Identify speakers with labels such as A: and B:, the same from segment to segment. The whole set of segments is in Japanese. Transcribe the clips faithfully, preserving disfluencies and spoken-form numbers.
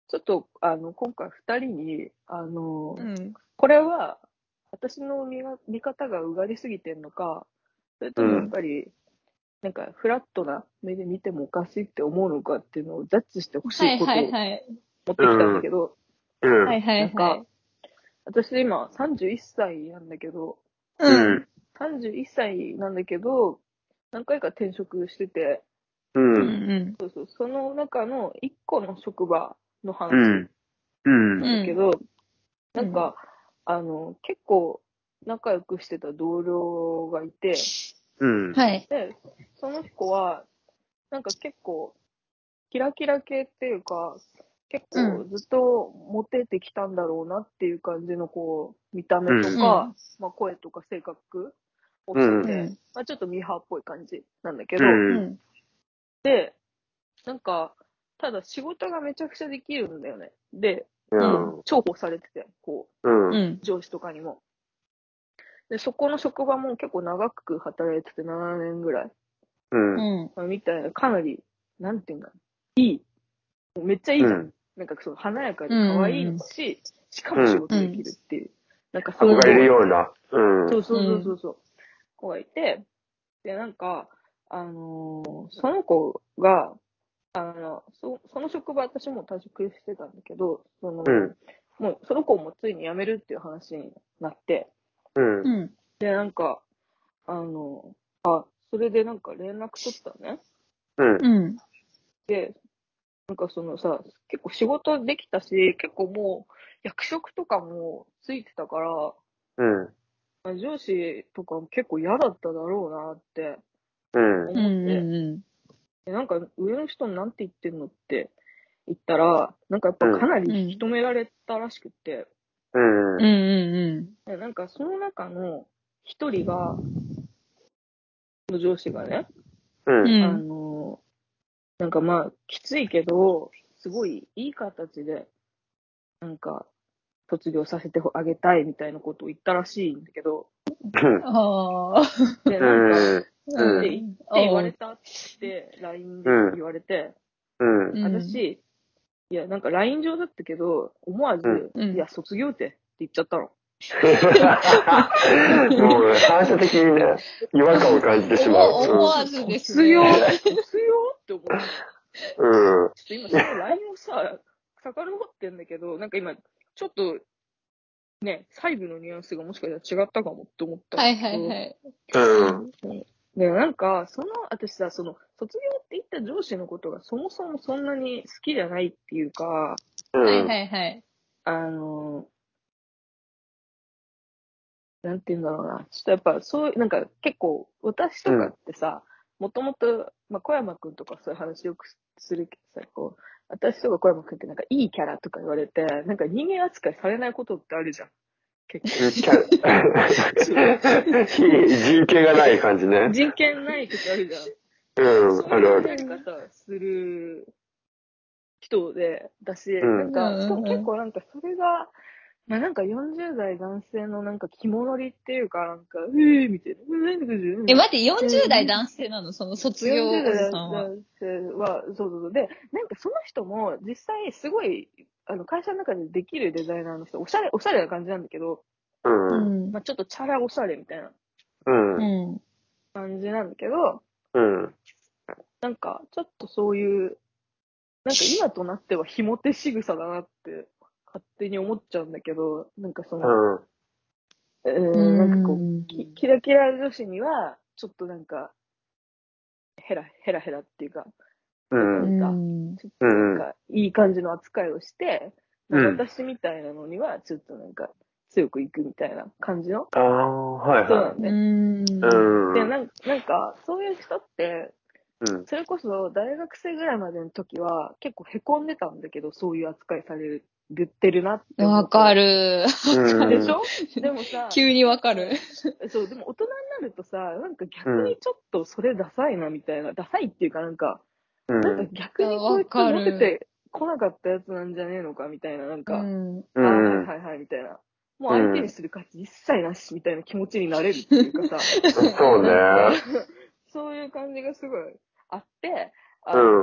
A: ちょっと、あの、今回二人に、あの、
B: うん。
A: これは、私の見が見方がうがりすぎてんのか、それともやっぱり、なんか、フラットな目で見てもおかしいって思うのかっていうのをジャッジしてほし
B: はいい
A: ことを
B: はいはい。
A: 持ってきたんだけど、
C: うん。
B: はいは
A: なんか
B: いはい。、
A: 私今さんじゅういっさいなんだけど、
B: う。
C: うんん。
A: さんじゅういっさいなんだけど、何回か転職してて、
C: う。
B: うんん。
A: そうそう、その中のいっこの職場の
C: う
A: 話
C: ん。うん。
A: なんだけど、
B: うん。
A: なんか、あの、結構仲良くしてた同僚がいて、
C: うん。
B: はい。
A: で、その子は、なんか結構、キラキラ系っていうか、結構ずっとモテてきたんだろうなっていう感じのこう、見た目とか、まあ声とか性格をしてて、
B: うん。
A: まあちょっとミーハーっぽい感じなんだけ
C: う
A: ど、
B: うんん。
A: で、なんか、ただ仕事がめちゃくちゃできるんだよね。で、
C: うん。
A: 重宝されてて、こう、
C: うん。
B: うん。
A: 上司とかにも。で、そこの職場も結構長く働いててななねんぐらい。
C: うん。
B: うん。
A: みたいな、かなり、なんていうんだ、いい。めっちゃいいじゃん。
C: うん。
A: なんかその華やかで可愛いし、しかも仕事できるっていう。なんかそういう
C: 憧れるよう
A: な。
C: な。うん。
A: そうそうそうそうそう。子がいて、で、なんか、あのーその子が、あの、そその職場私も退職してたんだけど、その、
C: うん。
A: もうその子もついに辞めるっていう話になって、
C: うん。
B: うん。
A: で、なんか、あの、あ、それでなんか連絡取ったのね。
C: うん。
B: うん。
A: で、なんかそのさ、結構仕事できたし、結構もう役職とかもついてたから、
C: うん。
A: まあ上司とかも結構嫌だっただろうなって
C: うん。
B: うん。
A: 思って、
B: うん。
A: でなんか上の人になんて言ってんのって言ったら、なんかやっぱかなり引き止められたらしくって、
C: うん。
B: うん。うん。
A: でなんかその中の一人が、の上司がね、
C: う。
A: あ
B: うんん。
A: の、なんかまあ、きついけど、すごいいい形で、なんか、卒業させてあげたいみたいなことを言ったらしいんだけど、
B: ああ。
A: で、なんか、
C: うん。
B: う
A: で、言って言われたって ライン で言われて、
C: うん。
B: うん。
A: 私、いや、なんか ライン 上だったけど、思わず、
B: うん。
A: いや、卒業ってって言っちゃったの。
C: もう反射的にね、違和感を感じてしまう。
B: 思わずです
A: 卒業
B: ね。
A: 卒業って思って。
C: うん。うん。
A: ちょっと今その ライン をさ、遡ってんだけど、なんか今、ちょっとね、細部のニュアンスがもしかしたら違ったかもって思ったん
B: はい
A: だけど、
B: はいはい。
C: うん。
A: で、なんか、その、私さ、その、卒業って言った上司のことがそもそもそんなに好きじゃないっていうか、
B: はいはいはい。
A: あの、なんて言うんだろうな。ちょっとやっぱそういう、なんか結構、私とかってさ、もともと、まあ、小山くんとかそういう話よくするけどさ、こう、私とか小山くんってなんかいいキャラとか言われて、なんか人間扱いされないことってあるじゃん。結構。
C: 人権がない感じね。
A: 人権ない時あるじゃん。
C: うん、
A: そうい
C: あるある。
A: うやり方する人で、だし、
C: うん
A: なんか、しかも結
B: うん。
A: 構なんかそれが、まあなんかよんじゅう代男性のなんか肝乗りっていうか、なんか、うーみたいな。うーん
B: え、待って、よんじゅう代
A: 男
B: 男性なのその卒業
A: よんじゅう
B: おじ
A: 代
B: さんは。
A: 男性は、そうそうそう。で、なんかその人も実際すごい、あの、会社の中でできるデザイナーの人、おしゃれ、おしゃれな感じなんだけど、
C: うん。
B: うん。
A: まあちょっとチャラおしゃれみたいな
C: うん。
B: う
C: うん。
B: ん。
A: 感じなんだけど、
C: うん。
A: なんかちょっとそういう、なんか今となってはひも手仕草だなって勝手に思っちゃうんだけど、なんかその、えー、なんかこう、キキラキラ女子には、ちょっとなんか、ヘラヘラヘラっていうか、
C: う
A: ベタベタ、
C: ん。
A: ちょっとなんか、いい感じの扱いをして、まあ
C: うん。
A: 私みたいなのには、ちょっとなんか、強くいくみたいな感じの
C: ああ、はいは
A: 人なんで。
B: うん。
C: い。
A: で、
C: うん。
A: なんなんか、そういう人って、
C: うん。
A: それこそ大学生ぐらいまでの時は結構凹んでたんだけど、そういう扱いされる、言ってるなって思うと。
B: わかる。
A: でしょでもさ、
B: 急にわかる。
A: そう、でも大人になるとさ、なんか逆
C: うん。
A: にちょっとそれダサいなみたいな、ダサいっていうかなんか、
C: う
A: なんか
C: ん。
A: 逆にこいつモテてこなかったやつなんじゃねえのかみたいな、なん
B: う
A: か、
B: ん。
C: う
A: ああ、はい
C: ん。
A: はいはいみたいな。もう相手に
C: うん。
A: する価値一切なしみたいな気持ちになれるっていうかさ、
C: そう
A: なんか、
C: ね。
A: そういう感じがすごいあって、
C: うん。
A: あの、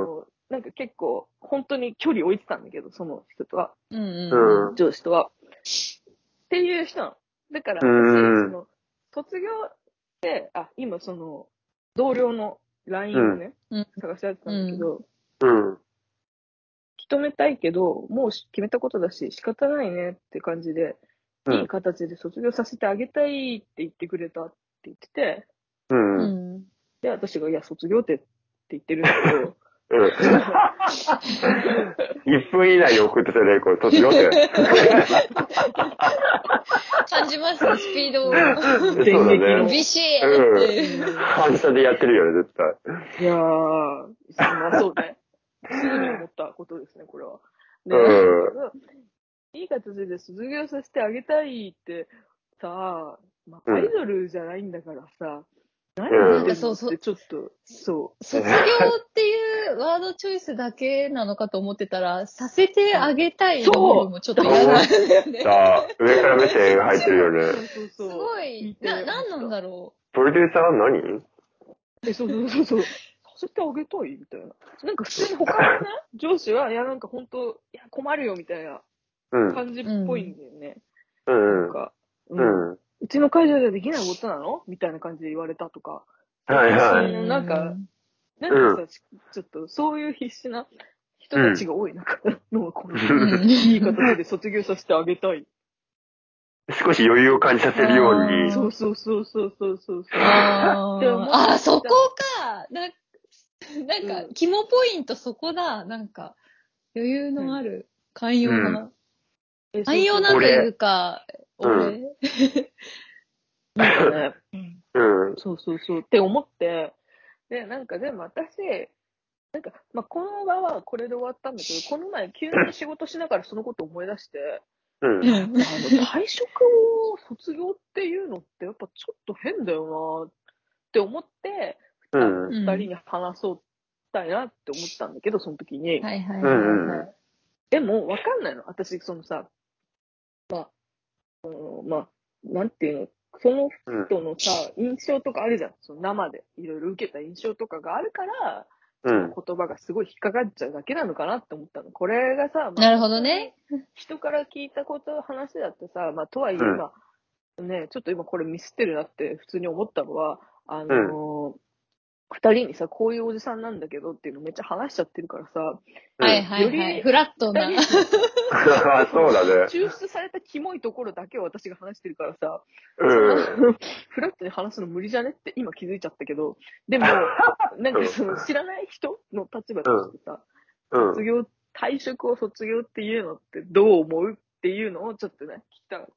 A: なんか結構、本当に距離置いてたんだけど、その人とは。
B: うん
C: うん。
A: 上司とは。っていう人なの。だから
C: う
A: 私、
C: ん
A: その、卒業って、あ、今その、同僚の ライン をね、
B: うん
A: 探し合ってたんだけど、
C: うん。
A: 引き止めたいけど、もう決めたことだし、仕方ないねって感じで、
C: うん
A: いい形で卒業させてあげたいって言ってくれたって言ってて、
C: う。
B: うんん。
A: で、私が、いや、卒業ってって言ってるんだけど、
C: うん。いっぷん以内に送ってたね、これ、卒業って。
B: 感じますね、スピードを。
C: そう
A: 電撃
C: だね
A: の。
B: ビシーって。
A: うん
C: 反射でやってるよね、絶対。
A: いやー、まあそうね。すぐに思ったことですね、これは。で、
C: うん
A: なんだけど、いい形で卒業させてあげたいって、さあ、まあ、アイドルじゃないんだからさ、何
C: うん
A: 言ってんのっ
B: そうそう
A: てちょっと、そ
B: 卒業っていうワードチョイスだけなのかと思ってたら、させてあげたいの部分もちょっと嫌なんだよね。
C: さあ、上から目線が入ってるよ
A: う。
C: ね。
A: そうそうそう。
B: すご
A: 聞
B: い、
A: て
B: な、なんなんだ
A: ろ
B: ろ
C: プロデューサーは何
A: え、そうそうそうそう。させてあげたいみたいな。なんか普通に他のね、上司は、いやなんか本当、いや困るよみたいな
C: うん。
A: 感じっぽいんだよね。
C: う。
A: なんんか、う。
C: うんん。
A: うちの会社ではできないことなのみたいな感じで言われたとか。
C: はいは
B: う。
C: い。
A: そのなんか、なんかさ、ちょっとそういう必死な人たちが多い中の、この、
B: うん
A: いい形で卒業させてあげたい。
C: 少し余裕を感じさせるよう
B: あ
C: に。
A: そうそうそうそうそうそう。
B: あ
A: って思っ
B: ー
A: た
B: あー、そこか。な、なんか、肝ポイントそこだ。なんか、余裕のある、寛容な。
A: え
B: 寛容なというか、
C: 俺
B: 俺。
A: なんかね、
C: うん。
A: そうそうそうって思って、で、なんかでも私、なんか、まあ、この場はこれで終わったんだけど、この前急に仕事しながらそのことを思い出して、
C: うん。
A: あの、退職を卒業っていうのってやっぱちょっと変だよなって思って、
C: う
A: あの、
C: ん。
A: 二人に話そうたいなって思ったんだけど、その時に。
B: はいはい
C: うん。うん。
A: でも、わかんないの。私、そのさ、まあ、なんていうの、その人のさ、印象とかあるじゃん。その生でいろいろ受けた印象とかがあるから、その言葉がすごい引っかかっちゃうだけなのかなって思ったの。これがさ、まあ、
B: なるほどね。
A: 人から聞いたこと、話だってさ、まあ、とはいえ
C: うん
A: 今、ね、ちょっと今これミスってるなって普通に思ったのは、あのー二人にさ、こういうおじさんなんだけどっていうのめっちゃ話しちゃってるからさ、
B: はいはい
A: よ
B: はい。
A: り
B: フラットな。
A: 二人
C: そうだね。
A: 抽出されたキモいところだけを私が話してるからさ、
C: うん。
A: そのフラットに話すの無理じゃねって今気づいちゃったけど、でも、なんかその知らない人の立場としてさ、
C: うん。
A: 卒業、退職を卒業っていうのってどう思うっていうのをちょっとね、聞きたかった。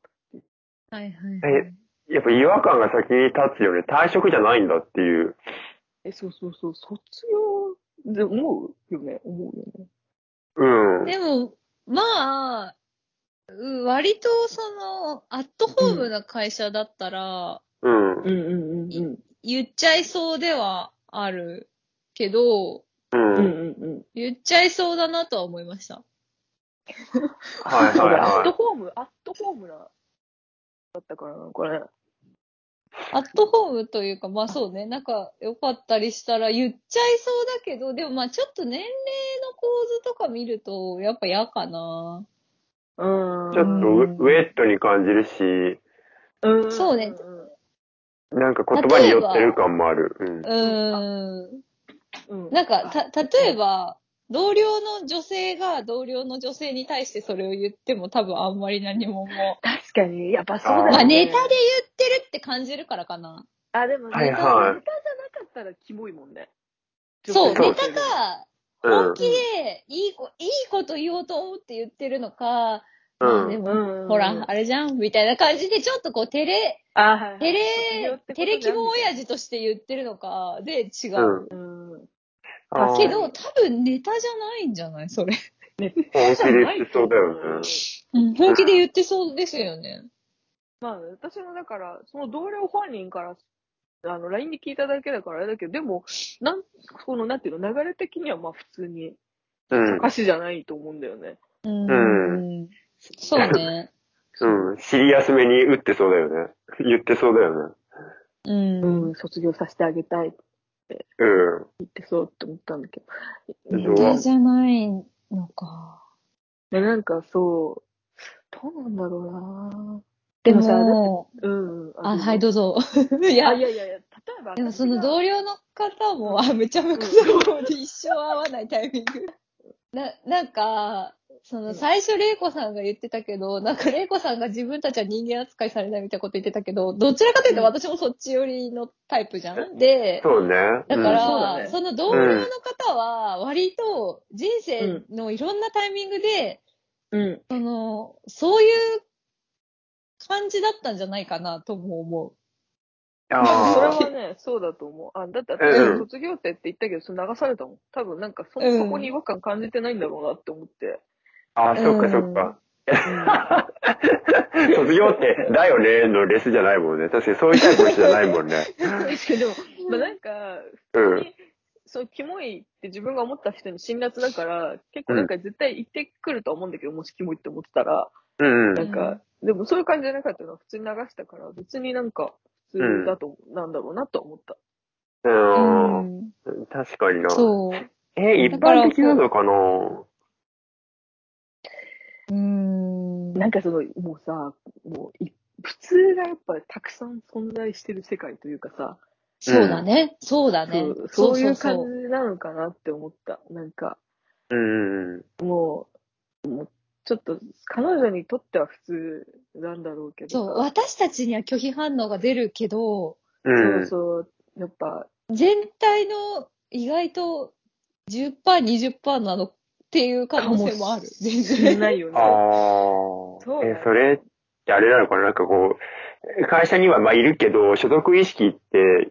B: はいはいはい。
C: え、やっぱ違和感が先に立つよね。退職じゃないんだっていう。
A: え、そうそうそう、卒業で思うよね、思うよね。
C: うん。
B: でも、まあ、う割とその、アットホームな会社だったら、
C: うん。
A: うんうんうんうん。
B: 言っちゃいそうではあるけど、
C: うん。
A: うんうんうん。
B: 言っちゃいそうだなとは思いました。
C: はい
A: そうだ、アッ
C: はいは
A: トホーム、アットホームな、だったからな、これ。
B: アットホームというか、まあそうね、なんか良かったりしたら言っちゃいそうだけど、でもまあちょっと年齢の構図とか見ると、やっぱ嫌かな。
A: うーん。
C: い。ちょっとウウェットに感じるし、
A: うん。
B: そうね。
C: なんか言葉に寄ってる感もある。うん。
B: うーん。
A: うん。
B: なんか、た、例えば、同僚の女性が同僚の女性に対してそれを言っても多分あんまり何もも
A: 確かに、やっぱそう
B: う。
A: だよね。
B: まあネタで言ってるって感じるからかな。
A: あ、でも
C: はい
A: ネタ、
C: はい
A: ネタじゃなかったらキモいもんね。
B: そう、ネ
A: 女性
B: タか、
C: うん
B: 本気でいいこ、いいこと言おうと思って言ってるのか、
C: うん
B: まあでも、
A: うん。
B: ほら、あれじゃんみたいな感じで、ちょっとこう、照れ、
A: あ、はい、はい。
B: 照
A: 卒業っ
B: れ、
A: てこと
B: 照れキモ親
A: 父。
B: 父として言ってるのか、で違う。
C: うん。
A: うん。
C: あー
B: けど、多分ネタじゃないんじゃないそれ。
A: ね、
C: 本気で言ってそうだよね。
B: うん、本気で言ってそうですよね。
A: まあ、私もだから、その同僚本人から、あの、ライン で聞いただけだからあれだけど、でも、なん、この、なんていうの、流れ的にはまあ普通に、
C: うん。
A: 歌詞じゃないと思うんだよね。
B: うーん。そうね。
C: うん。シリアスめに打ってそうだよね。言ってそうだよね。
B: うん。
A: うん、卒業させてあげたい。 て
C: うん。
A: 言ってそうって思ったんだけど。
B: 変態じゃないのか。
A: まあ、なんかそう、どうなんだろうな。
B: で
A: もさ、だって
B: も、
A: うんうん。
B: あ、はい、どうぞ。い
A: あ、
B: や、
A: いやいやいや、例えば
B: でもその同僚の方も、
A: うん
B: あ、めちゃめちゃそうで一生会わないタイミング。な、なんか、その最初玲子さんが言ってたけど、なんか玲子さんが自分たちは人間扱いされないみたいなこと言ってたけど、どちらかというと私もそっち寄りのタイプじゃん。で、
C: そうね。
B: だか
C: うん
B: ら、
A: そうだね
B: その同僚の方は割と人生のいろんなタイミングで、
A: うん。
B: その、そういう感じだったんじゃないかなとも思う。
C: ああ。
A: それはね、そうだと思う。あ、だって私
C: うん
A: 卒業生って言ったけど、それ流されたもん。多分なんかそ、
B: うん
A: そこに違和感感じてないんだろうなって思って。
C: ああ、そっかそっ
B: うん
C: か。卒業って、だよねのレスじゃないもんね。確かにそういうタイプの人じゃないもんね。
A: 確かにでも、まあなんか、
C: うん。
A: 普通に、そう、キモいって自分が思った人に辛辣だから、結構なんか絶対言ってくると思うんだけど、もしキモいって思ってたら、
C: うんうん。
A: なんか、でもそういう感じじゃなかったのは普通に流したから、別になんか普通だと、なんだろうなと思った。
C: う
B: うんん。
C: 確かにな。
B: そう。
C: え、一般的なのかな？
B: うーん。
A: なんかその、もうさ、もうい、普通がやっぱりたくさん存在してる世界というかさ、
B: そうだね。そうだね。
A: そう、
B: そ
A: そうういう感
B: そうそう。
A: じなのかなって思った。なんか、
C: うん。
A: もう、もうちょっと彼女にとっては普通なんだろうけど
B: そう、
A: さ、
B: 私たちには拒否反応が出るけど、
C: う。
A: そうんそう、やっぱ、
B: 全体の意外とじゅっパーセント、にじゅっパーセントなのっていう可能性もある。全
A: しん
B: 然。
A: ないよね。
C: ああ。
A: そうだよ
C: え、それってあれなのかな？なんかこう、会社にはまあいるけど、所属意識って、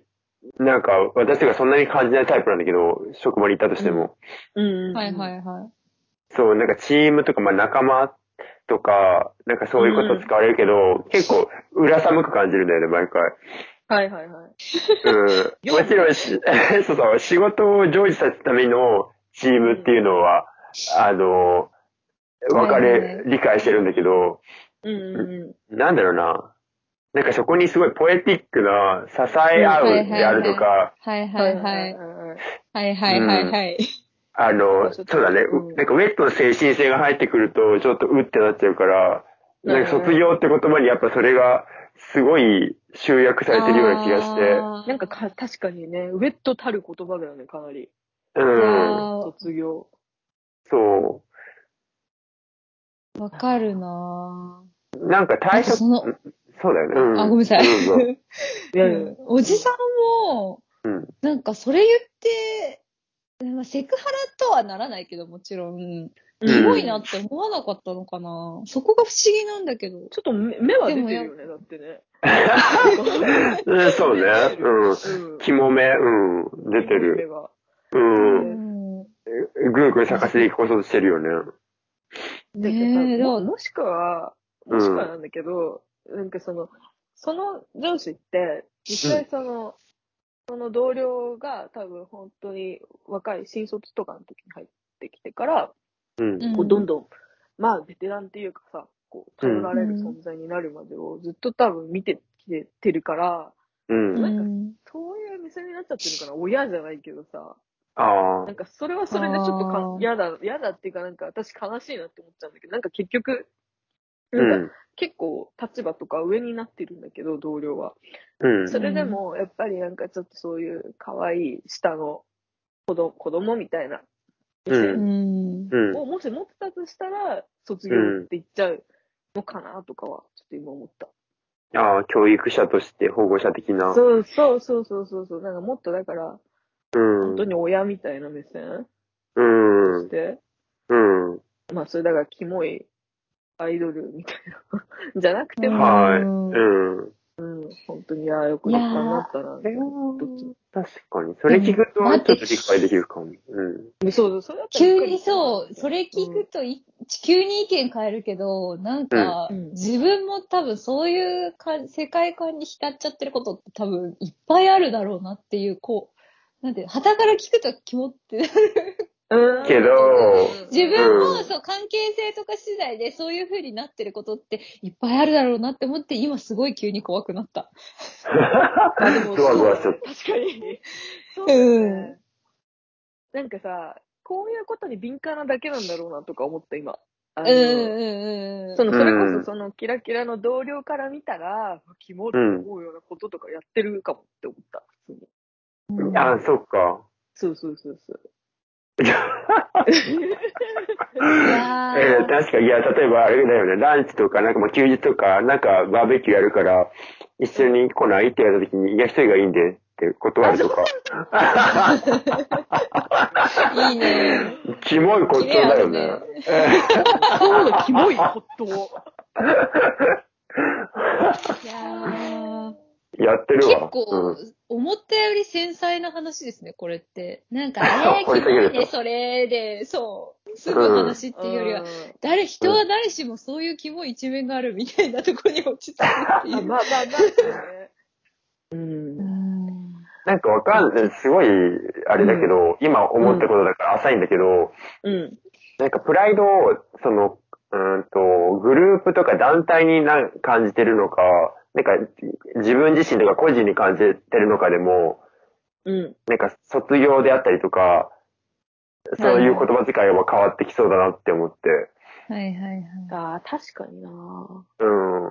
C: なんか私がそんなに感じないタイプなんだけど、職場に行ったとしても。
A: うんうんうん。
B: はいはいはい。
C: そう、なんかチームとか、まあ仲間とか、なんかそういうこと使われるけど、結構裏寒く感じるんだよね、毎回。
A: はいはいはい。
C: うん。もちろんし、そうそう、仕事を成就させるためのチームっていうのは、あの、分かれ、
B: はいはい
C: 理解してるんだけど、
A: うんうん
C: なんだろうな。なんかそこにすごいポエティックな支え合
B: はいう
C: であるとか、
B: はい
A: うん。
B: はいはい。
A: はい
B: はいはいはいはい。
C: あの、そうだね、
A: うん
C: なんかウェットの精神性が入ってくると、ちょっとうってなっちゃうから、なんか卒業って言葉にやっぱそれがすごい集約されてるような気がして。
A: なんかか、確かにね、ウェットたる言葉だよね、かなり。
C: う
B: いや
C: ん。
B: ー、
A: 卒業。
C: そ
B: わかるな
C: う。なんか
B: ぁ。なん
C: 退職、
B: かその、
C: そうだよね。うん。
B: あ、ごめんなさい。
C: どうぞ。
A: いやいや
B: うん、おじさんも、
C: うん。
B: なんかそれ言って、まあセクハラとはならないけど、もちろん、キモいなって思わなかったのかな。そこが不思議なんだけど。
A: ちょっと目目は出てるよね、だってね。
C: うんそうね。
A: 出てる
C: うん。肝目、うん。出て
A: キモい目
C: る。
A: が。
C: う。
B: うんん。
C: ぐるぐる咲かせていこうとしてるよね。
A: だけどさ、
B: ねえ、だ
A: も、もしくは、もしくはなんだけど、なんかその、その上司って、実際その、その同僚が多分本当に若い新卒とかの時に入ってきてから、
C: うん。
A: こうどんどん、まあベテランっていうかさ、こう頼られる
B: うん
A: 存在になるまでをずっと多分見てきててるから、
C: うん。
B: う
A: なんか
B: ん。
A: そういう目線になっちゃってるのかな、親じゃないけどさ、
C: ああ。
A: なんかそれはそれでちょっとか
B: あー
A: 嫌だ、嫌だっていうかなんか私悲しいなって思っちゃうんだけど、なんか結局、なんか
C: うん。
A: 結構立場とか上になってるんだけど、同僚は。
C: うん。
A: それでもやっぱりなんかちょっとそういう可愛い下の子供子供みたいな目
C: う
B: う
A: 線
B: ん。
C: うん。
A: をもし持ってたとしたら、卒
C: うん
A: 業って言っちゃうのかなとかは、ちょっと今思った。
C: ああ、教育者として保護者的な。
A: そうそうそうそうそうそう。なんかもっとだから、
C: うん。
A: 本当に親みたいな目線
C: うん。
A: として、
C: うん。
A: まあそれだからキモいアイドルみたいなじゃなくて
B: う
A: も、
C: はい。
B: ん
C: うん。
A: 本当に、いや、よく立派になったな、みたいな。どっちも。
C: 確かに。それ聞くと、
B: 待って
C: ちょっと理解できるかも。うん。
A: そうそう、それだったら
B: 急にそう、それ聞くとい、急に意見変えるけど、なんか、
A: うん
B: 自分も多分そういうか世界観に浸っちゃってることって多分いっぱいあるだろうなっていう、こう、なんて、旗から聞くとキモってなる。
A: うん。
C: けど
B: 自分も、
C: うん
B: そう、関係性とか次第でそういう風になってることっていっぱいあるだろうなって思って、今すごい急に怖くなった。
A: まあでも、
C: ゾワゾ
A: そうだね。
C: ワしちゃった。
A: 確かに。 そうだよね。なんかさ、こういうことに敏感なだけなんだろうなとか思った今。あの、
B: うんうんうん。
A: その、それこそそのキラキラの同僚から見たら、キモって思うようなこととかやってるかもって思った、普通に。
C: うん、あ、そっか。
A: そうそうそうそう。
B: いや
C: えー、確かに、いや、例えばあれだよね、ランチとか、なんかまあ休日とか、なんかバーベキューやるから、一緒に来ないって言われた時に、いや、一人がいいんでって断るとか。
B: いいね。
C: キモい骨董だよね。
A: そうだ、キモい骨董。
B: いやー。
C: やってるわ。
B: 結構、うん、思ったより繊細な話ですね、これって。なんか、えー、キモいね、それで、そう。すぐ話っていうよりは、うん、誰、人は誰しもそういうキモい一面があるみたいなところに落ち着くっていう。
A: まあまあまあ、ね。うん。
C: なんかわかんない。すごい、あれだけど、うん、今思ったことだから浅いんだけど、うん、なんかプライドを、その、うんと、グループとか団体にな感じてるのか、なんか自分自身とか個人に感じてるのかでも、うん、なんか卒業であったりとか、そういう言葉遣いも変わってきそうだなって思って。
B: はいはいはい。
A: ああ、確かにな。うん。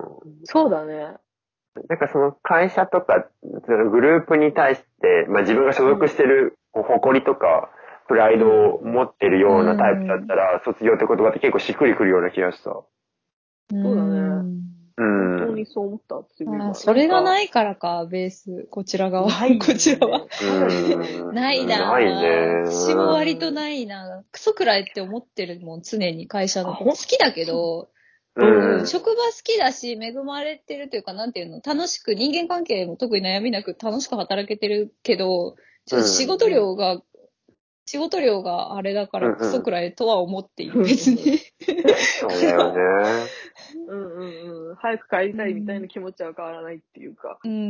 A: そうだね。
C: なんかその会社とか、そのグループに対して、まあ自分が所属してる誇りとか、プライドを持ってるようなタイプだったら、卒業って言葉って結構しっくりくるような気がした。
A: そうだね。うん。本当にそう思った。
B: すごい。それがないからか、ベース、こちら側。ない、ね、こちらは。ないなぁ。
C: ないね。
B: 私も割とないなぁ。クソくらいって思ってるもん、常に会社のこと。好きだけど、うん、職場好きだし、恵まれてるというか、なんていうの、楽しく、人間関係も特に悩みなく楽しく働けてるけど、ちょっと仕事量が、うん、仕事量があれだからクソくらいとは思っている、別に。
C: そうだよね。
A: うんうんうん。早く帰りたいみたいな気持ちは変わらないっていうか。
B: うん。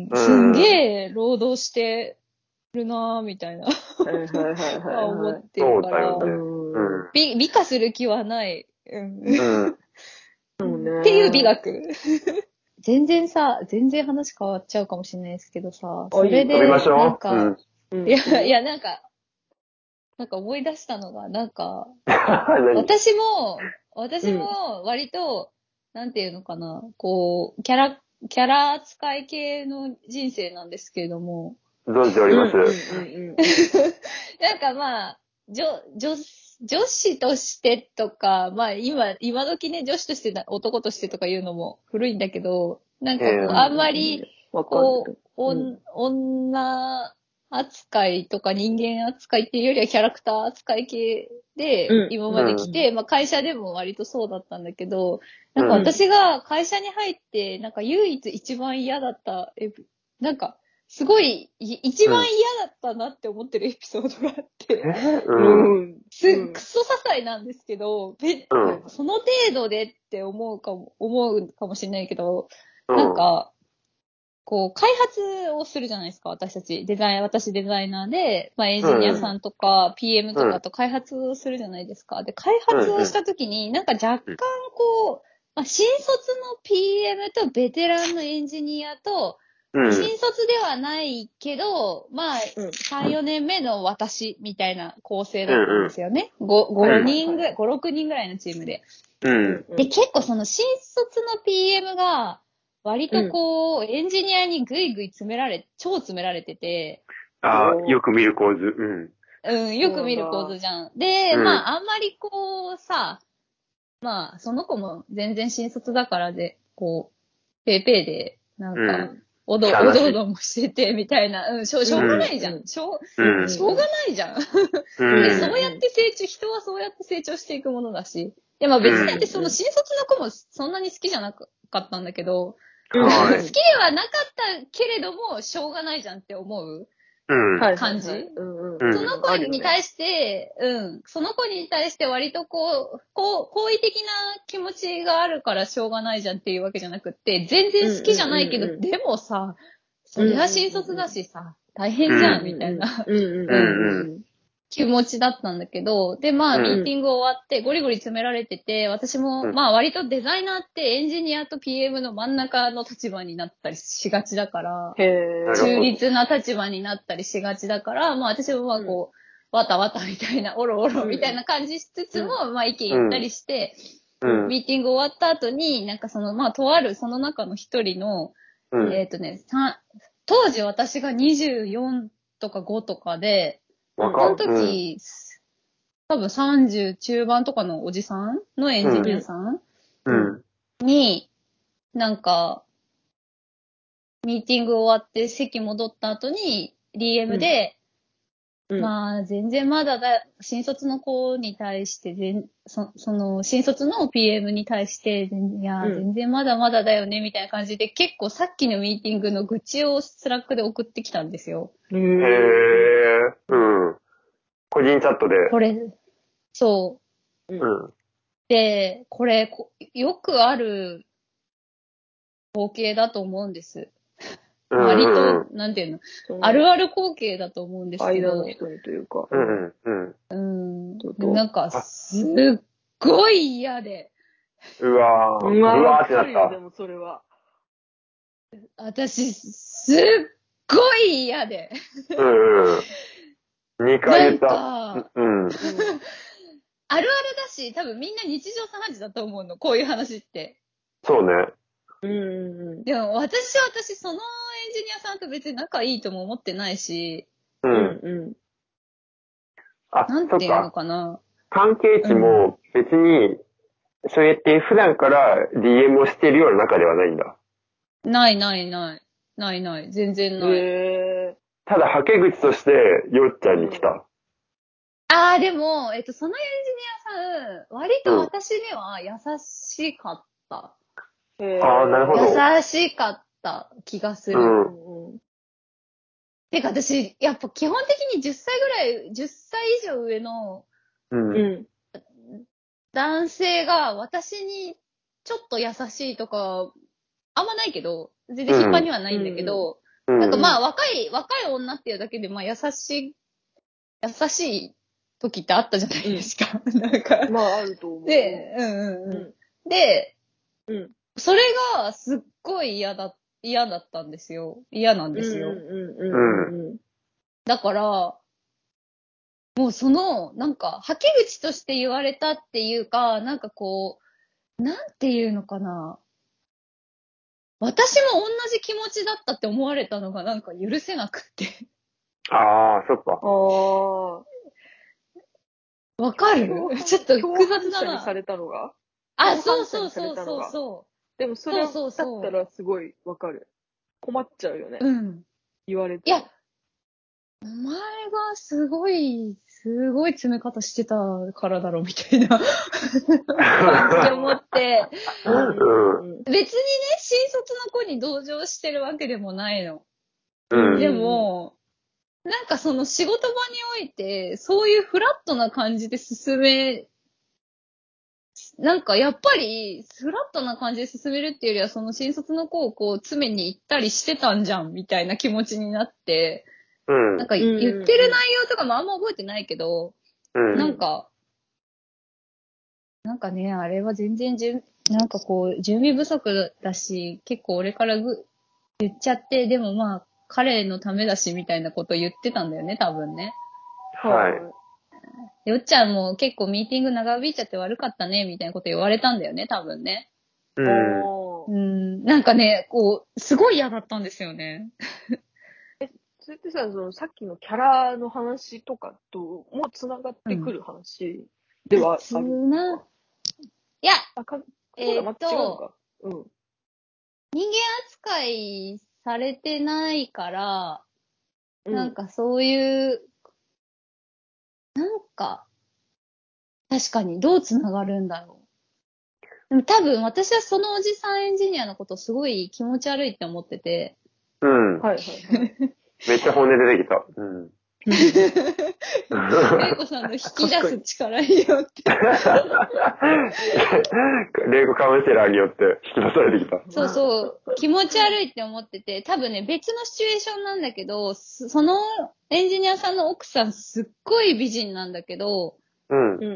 B: すんげえ労働してるなぁ、みたいな。
A: はいはいはいはい。
B: 思ってるから。
C: そうだよね。
B: うん。美、美化する気はない。うん。
A: うん。そうね。
B: っていう美学。全然さ、全然話変わっちゃうかもしれないですけどさ、それで、なんか、うん、いや、いや、なんか、なんか思い出したのが、なんか、私も、私も割と、うん、なんていうのかな、こう、キャラ、キャラ扱い系の人生なんですけれども。
C: 存じております。
B: なんかまあ、女、女、女子としてとか、まあ今、今時ね、女子として、男としてとか言うのも古いんだけど、なんかこう、えー、あんまり、こう、うん、女扱いとか人間扱いっていうよりはキャラクター扱い系で今まで来て、うん、まあ会社でも割とそうだったんだけど、なんか私が会社に入って、なんか唯一一番嫌だった、え、なんか、すごい、一番嫌だったなって思ってるエピソードがあって、うん、すっくそ些細なんですけど、べうん、その程度でって思うかも、思うかもしれないけど、うん、なんか、こう、開発をするじゃないですか、私たち。デザイン、私デザイナーで、まあエンジニアさんとか、ピーエム とかと開発をするじゃないですか。で、開発をしたときに、なんか若干こう、まあ、新卒の ピーエム とベテランのエンジニアと、新卒ではないけど、まあ、さん、よねんめの私みたいな構成だったんですよね。ご、ごにんぐらい、ご、ろくにんぐらいのチームで。で、結構その新卒の ピーエム が、割とこう、エンジニアにぐいぐい詰められ、超詰められてて。
C: ああ、よく見る構図。うん。
B: うん、よく見る構図じゃん。で、まあ、あんまりこう、さ、まあ、その子も全然新卒だからで、こう、ペーペーで、なんか、おど、おどおどもしてて、みたいな。うん、しょう、しょうがないじゃん。しょう、しょうがないじゃん。で、そうやって成長、人はそうやって成長していくものだし。で、まあ別にだってその新卒の子もそんなに好きじゃなかったんだけど、好きではなかったけれども、しょうがないじゃんって思う。感じ、その子に対して、うん、その子に対して割とこう、こう、好意的な気持ちがあるからしょうがないじゃんっていうわけじゃなくって、全然好きじゃないけど、うんうんうんうん、でもさ、それは新卒だしさ、大変じゃん、みたいな。 気持ちだったんだけど、で、まあ、ミーティング終わって、ゴリゴリ詰められてて、私も、まあ、割とデザイナーってエンジニアと ピーエム の真ん中の立場になったりしがちだから、中立な立場になったりしがちだから、まあ、私もまあ、こう、わたわたみたいな、おろおろみたいな感じしつつも、まあ、意見言ったりして、ミーティング終わった後に、なんかその、まあ、とあるその中の一人の、えっとね、当時私がにじゅうよんとかごとかで、その時、うん、多分さんじゅう中盤とかのおじさんのエンジニアさん、うん、に、なんか、ミーティング終わって席戻った後に ディーエム で、うん、まあ、全然まだだ、新卒の子に対して全、そその、新卒の ピーエム に対して、いや、うん、全然まだまだだよね、みたいな感じで、結構さっきのミーティングの愚痴をスラックで送ってきたんですよ。
C: へー。うん。個人チャットで。
B: これ、そう。
C: うん。
B: で、これ、よくある光景だと思うんです。割と、なんていうの、あるある光景だと思うんですけど。
A: 間の人にというか。
C: うんうん。
B: うん。なんか、すっごい嫌で。
C: うわー。
A: うわーってなった。でもそれは。
B: 私、すっごい嫌で。
C: うんうん。にかい言った。
B: なんか、うん。あるあるだし、多分みんな日常茶飯事だと思うの、こういう話って。
C: そうね。
A: うん。
B: でも私は私、そのエンジニアさんと別に仲いいとも思ってないし。
C: うんうん。あ、
B: なんていうのかな。
C: 関係値も別に、そうやって普段から ディーエム をしているような仲ではないんだ。
B: ないないない。ないない。全然ない。
A: へー。
C: ただ、はけ口として、よっちゃんに来た。うん、
B: ああ、でも、えっと、そのエンジニアさん、割と私には優しかった。
C: うん、ああ、なるほ
B: ど。優しかった気がする。うんうん、てか私、やっぱ基本的にじゅっさいぐらい、じゅっさい以上上の、うん、男性が私にちょっと優しいとか、あんまないけど、全然頻繁にはないんだけど、うん、なんかまあ若い、若い女っていうだけで、まあ優しい、優しい時ってあったじゃないですか。うん、なんか。
A: まああると思う。
B: で、うんうんうん。うん、で、うん、それがすっごい嫌だ、嫌だったんですよ。嫌なんですよ。うんうんうん、だから、もうその、なんか、はけ口として言われたっていうか、なんかこう、なんていうのかな。私も同じ気持ちだったって思われたのがなんか許せなくって。
C: ああ、そっか。
A: あ
B: あ。わかる？ちょっと複雑だな。
A: 共犯者にされたのが
B: あ、そうそうそうそうそう。
A: でもそれだったらすごいわかる。困っちゃうよね。うん。言われて。
B: いや、お前がすごい、すごい詰め方してたからだろ、みたいな感じで思って、うん、別にね、新卒の子に同情してるわけでもないの。うん、でも、なんかその仕事場において、そういうフラットな感じで進め、なんかやっぱり、フラットな感じで進めるっていうよりは、その新卒の子をこう、詰めに行ったりしてたんじゃん、みたいな気持ちになって、うん、なんか言ってる内容とかもあんま覚えてないけど、うん、なんか、なんかね、あれは全然じゅ、なんかこう、準備不足だし、結構俺からぐ言っちゃって、でもまあ、彼のためだし、みたいなこと言ってたんだよね、多分ね。
C: はい。
B: よっちゃんも結構ミーティング長引いちゃって悪かったね、みたいなこと言われたんだよね、多分ね。うん。うん。なんかね、こう、すごい嫌だったんですよね。
A: え、それってさ、そのさっきのキャラの話とかとも繋がってくる話ではあるのか、うん、
B: いや、
A: あかえー、っと、うん、
B: 人間扱いされてないから、うん、なんかそういう、なんか、確かにどう繋がるんだろう。でも多分私はそのおじさんエンジニアのことすごい気持ち悪いって思ってて。
C: うん。はいはいはい。めっちゃ本音出てきた。うん。
B: レイコさんの引き出す力によって。
C: レイコカウンセラーによって引き出されてきた。
B: そうそう。気持ち悪いって思ってて、多分ね、別のシチュエーションなんだけど、そのエンジニアさんの奥さんすっごい美人なんだけど、
C: うん。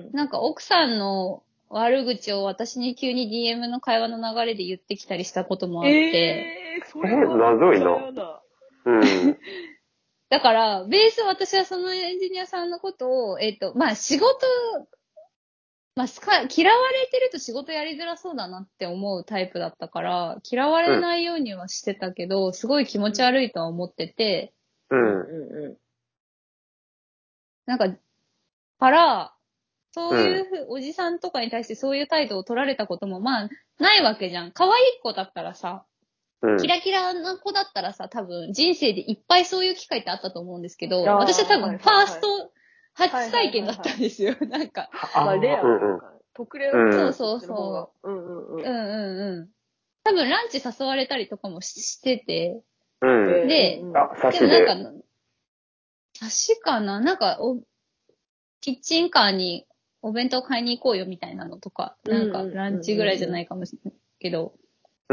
B: なんか奥さんの悪口を私に急に ディーエム の会話の流れで言ってきたりしたこともあって。
A: えー、それは
C: 謎いな。うん。
B: だから、ベース私はそのエンジニアさんのことを、えっと、まあ仕事、まあ、嫌われてると仕事やりづらそうだなって思うタイプだったから、嫌われないようにはしてたけど、うん、すごい気持ち悪いとは思ってて、
C: うんうん
A: うん。
B: なんか、から、そういうおじさんとかに対してそういう態度を取られたことも、まあ、ないわけじゃん。可愛い子だったらさ、うん、キラキラな子だったらさ、多分人生でいっぱいそういう機会ってあったと思うんですけど、私は多分ファースト初体験だったんですよ。なんか。
A: まあ、レアとか、特例の
B: そうそうそう。うんうんうん。うんうんうん。多分ランチ誘われたりとかもしてて。
C: うん。
B: で、
C: あ、差しで。
B: でもなんか、差しかななんかお、キッチンカーにお弁当買いに行こうよみたいなのとか、なんかランチぐらいじゃないかもしれないけど。
C: うん。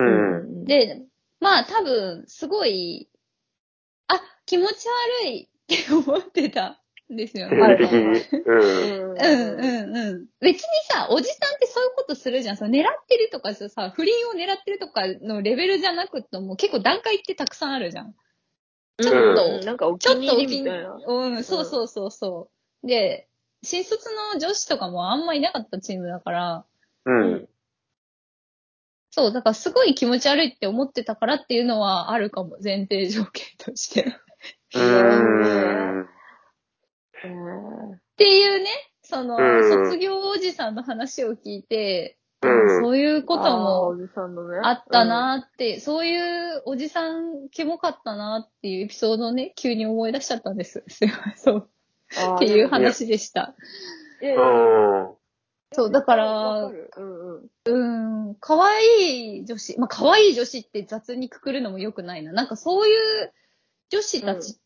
B: で、まあ多分、すごい、あ、気持ち悪いって思ってたんですよね。
C: はいはいはい。
B: うん。うんうんうん。別にさ、おじさんってそういうことするじゃん。その狙ってるとかさ、不倫を狙ってるとかのレベルじゃなくても結構段階ってたくさんあるじゃん。ちょっと、うん、
A: なんかお気に入りみたいな。
B: うん、そうそうそうそう。で、新卒の女子とかもあんまいなかったチームだから、
C: うん。
B: そう、だからすごい気持ち悪いって思ってたからっていうのはあるかも、前提条件として。
C: うーん。
B: っていうね、その、卒業おじさんの話を聞いて、あ、そういうこともあったなーって、そういうおじさんキモかったなっていうエピソードをね、急に思い出しちゃったんです。すいません、そう。っていう話でした。そう、だから、うん、可愛い女子、まあ、可愛い女子って雑にくくるのも良くないな。なんかそういう女子たちって、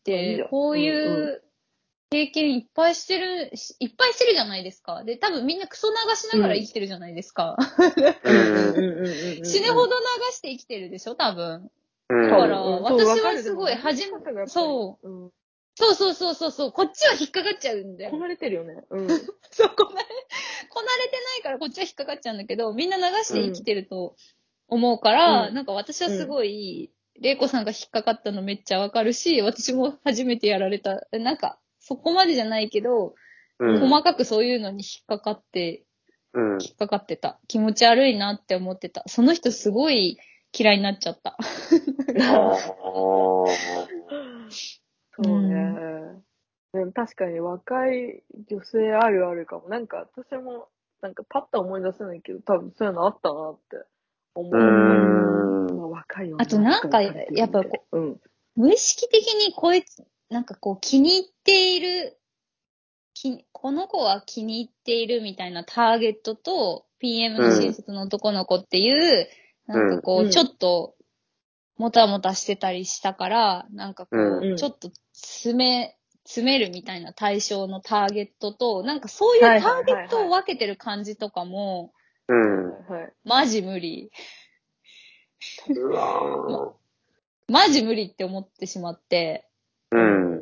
B: こういう経験いっぱいしてる、いっぱいしてるじゃないですか。で、多分みんなクソ流しながら生きてるじゃないですか。死ぬほど流して生きてるでしょ、多分。だから、私はすごい、はじめ、そう。そうそうそうそうそう、こっちは引っかかっちゃうんだよ。
A: こなれてるよね。うん。
B: そう、こなれ、こなれてないからこっちは引っかかっちゃうんだけど、みんな流して生きてると思うから、うん、なんか私はすごい、玲子さんが引っかかったのめっちゃわかるし、私も初めてやられた。なんか、そこまでじゃないけど、うん、細かくそういうのに引っかかって、うん、引っかかってた。気持ち悪いなって思ってた。その人すごい嫌いになっちゃった。
A: そうね。でも確かに若い女性あるあるかも。なんか私も、なんかパッと思い出せないけど、多分そういうのあったなって思う。う
B: ん。
A: まあ、若い
B: あとなんか、やっぱこう、うん、無意識的にこいつ、なんかこう気に入っている、きこの子は気に入っているみたいなターゲットと ピーエム の新卒の男の子っていう、うん、なんかこう、ちょっと、もたもたしてたりしたから、なんかこう、うん、ちょっと詰め、詰めるみたいな対象のターゲットと、なんかそういうターゲットを分けてる感じとかも、
C: うん。
B: マジ無理。
C: うわ
B: ま、マジ無理って思ってしまって。
C: うん。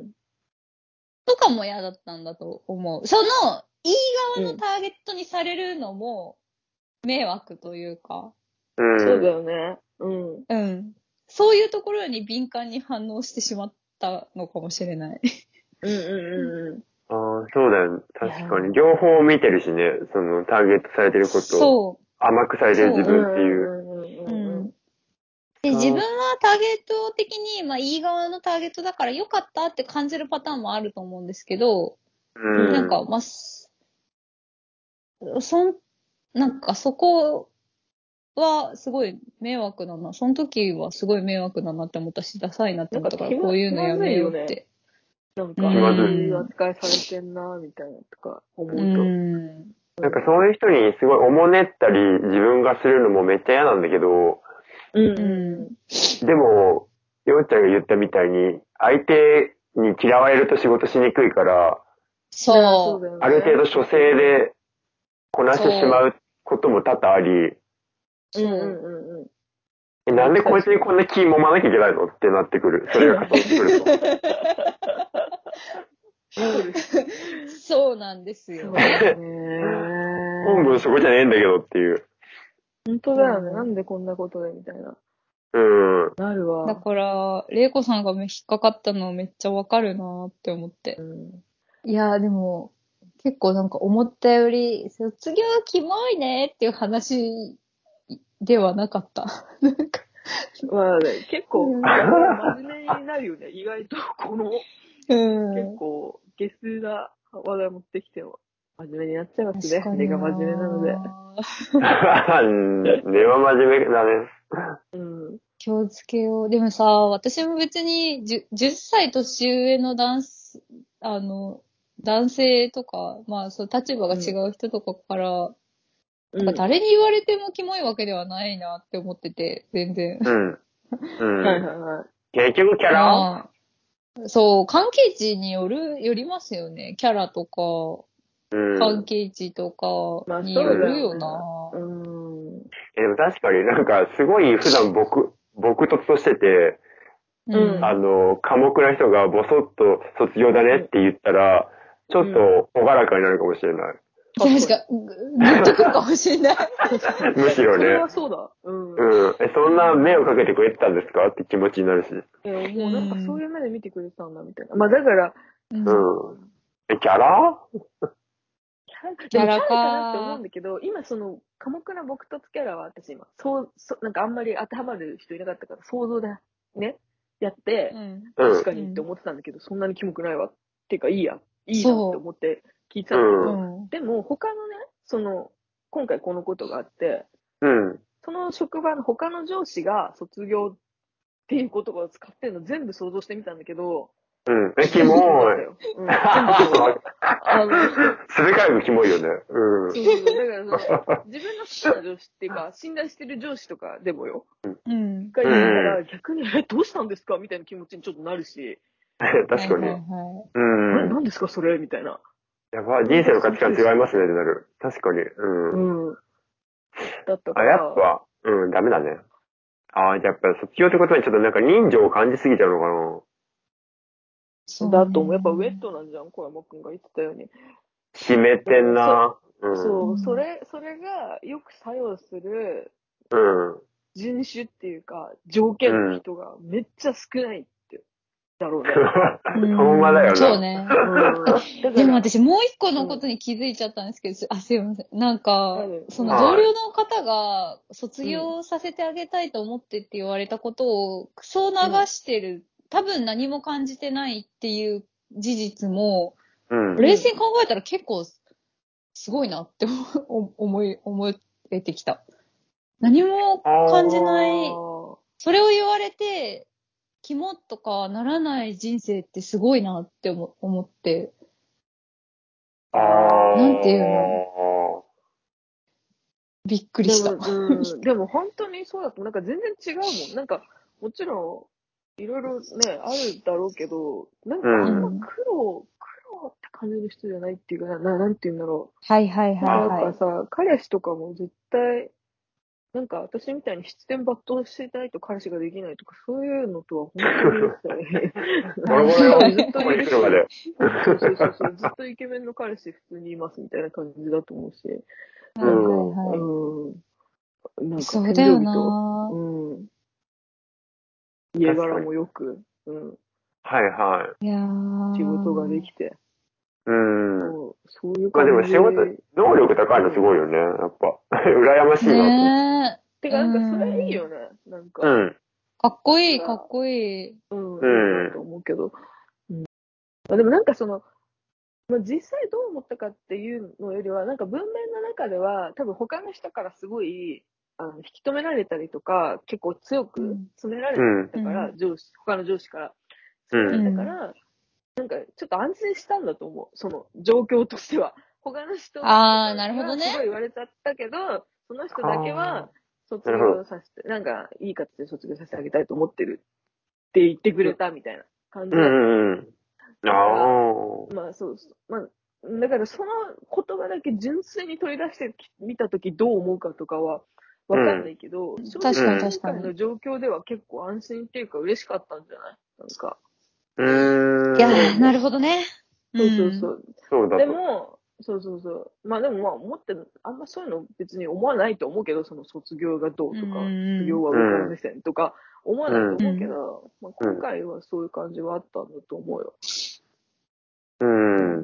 B: とかも嫌だったんだと思う。その、いい側のターゲットにされるのも、迷惑というか。
A: うん。そうだよね。うん。
B: うん。そういうところに敏感に反応してしまったのかもしれない。
A: うんうんうんうん。
C: ああ、そうだよね。確かに。両方見てるしね。その、ターゲットされてること。そう。甘くされてる自分っていう。
B: うん。で、自分はターゲット的に、まあ、いい側のターゲットだから良かったって感じるパターンもあると思うんですけど、うん、なんか、まあ、そん、なんかそこはすごい迷惑だな。その時はすごい迷惑だなって思ったし、ダサいなって思ったから、こういうのやめようって。
A: なんか、そういう扱いされてんな、みたいなとか思うと。うん
C: なんかそういう人にすごいおもねったり自分がするのもめっちゃ嫌なんだけど、
A: うん。
C: でも、ようちゃんが言ったみたいに、相手に嫌われると仕事しにくいから、
B: そう。
A: そう
C: ある程度処世でこなしてしまうことも多々あり、
A: うんうんうんうん。
C: え、なんでこいつにこんな気揉まなきゃいけないのってなってくる。それが重なってくると。
B: そうなんですよ。
C: 本文そこじゃねえんだけどっていう。
A: 本当だよね。なんでこんなことでみたいな。
C: うん。
A: なるわ。
B: だから、玲子さんが引っかかったのめっちゃわかるなって思って。うん、いや、でも、結構なんか思ったより、卒業キモいねっていう話ではなかった。なんか
A: まあね、結構、真面目になるよね。意外と、この、うん、結構、下水な話題持ってきても、真面目になっちゃいますね。根が真面目なので。
C: 根は真面目だね。
B: うん。気をつけよう。でもさ、私も別にじゅじゅっさい年上の男、あの、男性とか、まあ、そう立場が違う人とかから、うん、なんか誰に言われてもキモいわけではないなって思ってて、全然。うん。
C: うん。はいはいはい。結局キャラ、ま
B: あ、そう、関係値による、よりますよね。キャラとか、うん、関係値とかによるよな。まあ、そうだよね。
C: うん。え、でも確かになんかすごい普段僕、僕突としてて、うん、あの、寡黙な人がボソッと卒業だねって言ったら、ちょっとほがらかになるかもしれない。
B: 確か、グッとくるかもしれない。
C: むしろね。
A: それはそうだ。うん。
C: うん。え、そんな目をかけてくれてたんですかって気持ちになるし。
A: え、もうなんかそういう目で見てくれてたんだみたいな。まあだから、
C: うん。え、キャラ
A: キャラかなって思うんだけど、今その、寡黙な僕とつキャラは私今、そう、そなんかあんまり当てはまる人いなかったから、想像でね、やって、うん、確かにって思ってたんだけど、うん、そんなにキモくないわ。っていうか、いいや、いいなって思って聞いてたんだけど、うん、でも他のね、その、今回このことがあって、うん、その職場の他の上司が卒業っていう言葉を使ってるの全部想像してみたんだけど、
C: うん。え、キモい。
A: うん、全部キモい。
C: あの、すべからくキモいよね。うん。
A: そうそうそう。だからその、自分の好きな上司っていうか、信頼してる上司とかでもよ。うん。がいたら、逆に、え、どうしたんですかみたいな気持ちにちょっとなるし。
C: 確かに。はいはいはい、
A: うん。何ですかそれみたいな。
C: やば、人生の価値観違いますねってなる。確かに。うん。うん。だったから。あ、やっぱ、うん、ダメだね。ああ、じゃあやっぱ卒業ってことにちょっとなんか人情を感じすぎちゃうのかな。そうだと思う。やっぱウェットなんじゃん、小山くんが言ってたように。決めてんな。うん、そう、それ、それがよく作用する、うん。人種っていうか、条件の人がめっちゃ少ないって、だろうね。 ほんまだよな。
B: そうね。うん、でも私もう一個のことに気づいちゃったんですけど、うん、あ、すいません。なんか、その同僚の方が卒業させてあげたいと思ってって言われたことを、そう流してる、うん、多分何も感じてないっていう事実も、うん、冷静に考えたら結構すごいなって思い、思えてきた。何も感じない、それを言われて、キモとかならない人生ってすごいなって思って。ああ。なんていうの？びっくりした。
A: でも、うん、でも本当にそうだと、なんか全然違うもん。なんか、もちろん、いろいろね、あるだろうけど、なんかあんま苦労、うん、苦労って感じる人じゃないっていうかな、ななんて言うんだろう。
B: はいはいはい、はい。
A: なんかさ、彼氏とかも絶対、なんか私みたいに失点抜刀してないと彼氏ができないとか、そういうのとは本当に一切。ずっといるし、そうそうそうそう、ずっとイケメンの彼氏普通にいますみたいな感じだと思うし。うん、うん。なんか天井人、うん。家柄もよく、うん。はいはい。いや仕事ができて。うん。そうそういう感じ。まあでも仕事、能力高いのすごいよね、やっぱ。羨ましいなと。ねえ。てか、なんかそれいいよね、なんか。うん。
B: かっこいい、かっこいい。
A: うん、うん、いいなと思うけど。うん。まあでもなんかその、まあ、実際どう思ったかっていうのよりは、なんか文面の中では、多分他の人からすごい、あの、引き止められたりとか、結構強く詰められたから、うん、上司、他の上司から。詰められたから、うん、なんかちょっと安心したんだと思う。その状況としては。他の人
B: ああ、なるほどね。
A: すごい言われちゃったけど、その人だけは卒業させて、なんかいい形で卒業させてあげたいと思ってるって言ってくれたみたいな感じだった。うんうんうん
C: ああ。
A: まあそうそう。まあ、だからその言葉だけ純粋に取り出してみたときどう思うかとかはわかんないけど、
B: うん、
A: 正
B: 直今
A: 回の状況では結構安心っていうか嬉しかったんじゃないなんか。
C: うーん。
B: いや、なるほどね。
A: そうそうそう。
C: そうだ
A: でも、そうそうそう。まあでもまあ思って、あんまそういうの別に思わないと思うけど、その卒業がどうとか、卒業は上から目線とか思わないと思うけど、まあ今回はそういう感じはあったんだと思うよ。
C: うん。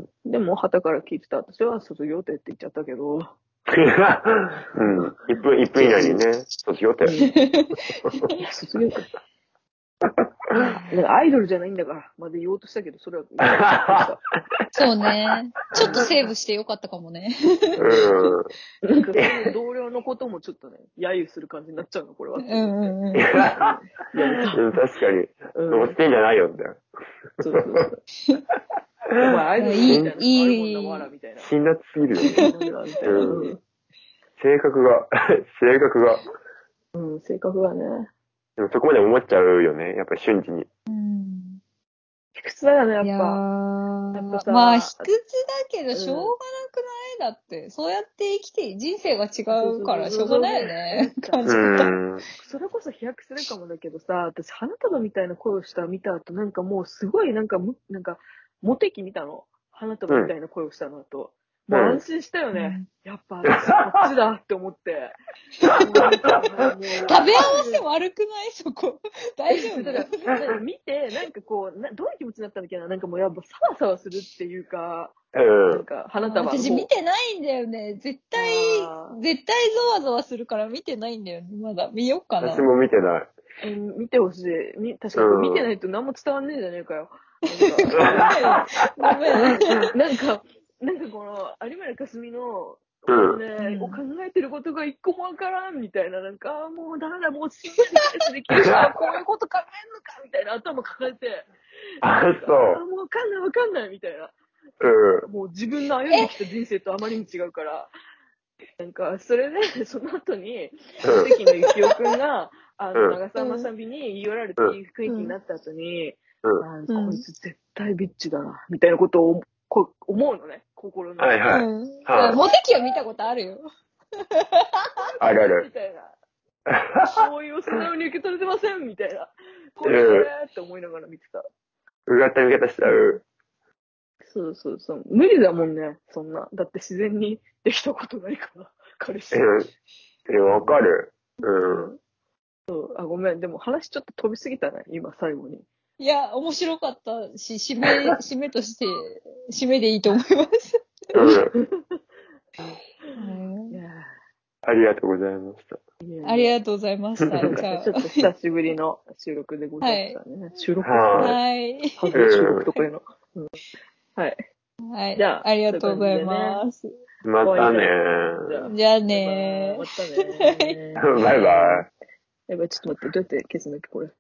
A: でも、旗から聞いてた私は卒業ってって言っちゃったけど。
C: うん。一分、一分以内にね、卒業って。
A: 卒業って。なんかアイドルじゃないんだから、まで言おうとしたけど、それは言わなかった。
B: そうね。ちょっとセーブしてよかったかもね。
A: うん。なんかその同僚のこともちょっとね、揶揄する感じになっちゃうの、これは。
B: うんうんうん。
C: やめた。確かに。乗ってんじゃないよ、みたいな。
A: そうそうそう。お前アイドルみたいなのあるもんな、わら、みたいな。
C: 辛辣すぎるよね。みたいな。性格が、性格が。
A: うん、性格がね。
C: でもそこまで思っちゃうよね、やっぱり瞬時に。
B: うん。
A: 卑屈だよね、やっぱ。
B: いやー、
A: やっぱさ、
B: まあ、卑屈だけど、しょうがなくない、だって。そうやって生きて、人生が違うから、しょうがないよね。感じ方。
A: それこそ飛躍するかもだけどさ、私、花束みたいな声をした見た後、なんかもうすごい、なんか、なんか、モテ期見たの。花束みたいな声をしたの後。もう安心したよね。うん、やっぱ私こっちだって思って。
B: 食べ合わせ悪くないそこ。大丈夫
A: だから見て、なんかこうな、どういう気持ちになったんだっけななんかもうやっぱサワサワするっていうか、なんか花束
B: 私見てないんだよね。絶対、絶対ゾワゾワするから見てないんだよね。まだ見よっかな。
C: 私も見てない。
A: うん、見てほしい。み、確かに見てないと何も伝わんねえじゃねえかよ。
B: ごめん。
A: なんか、なんかこの、有村架純の、本音を考えてることが一個もわからんみたいな、なんか、もうダメだ、もうしんなり返すできる人はこういうこと考えるのかみたいな頭抱えて、
C: あ、そう。
A: もうわかんないわかんないみたいな。
C: うん。
A: もう自分の歩んできた人生とあまりに違うから、なんか、それで、その後に、関野幸雄くんが、あの、長澤まさみに言い寄られていい雰囲気になった後に、うん、こいつ絶対ビッチだな、みたいなことをこ思うのね、心の。
C: はいはい。
B: うんはい、モテ期は見たことあるよ。
C: あるある。
A: みたいな。思いを素直に受け取れてませんみたいな。これこれって思いながら見てた。
C: うがった見方しちゃう。
A: そうそうそう。無理だもんね、そんな。だって自然にできたことないから、彼氏。
C: え、わかる。うん。
A: そう、あ、ごめん。でも話ちょっと飛びすぎたね、今最後に。
B: いや、面白かったし、締め、締めとして、締めでいいと思います。
C: うん。
A: いや
C: ありがとうございました。
B: ありがとうございました。じゃあ。
A: ちょっと久しぶりの収録でございましたね。はい、収録
B: はい。
A: 収録とかいうの。うん、はい。
B: はい。
A: じゃあ、
B: ありがとうございます。
C: またね
B: ー。じゃあねー。
A: またねー。
C: バイバイ。
A: やばい、ちょっと待って、どうやって消すんだっけ、これ。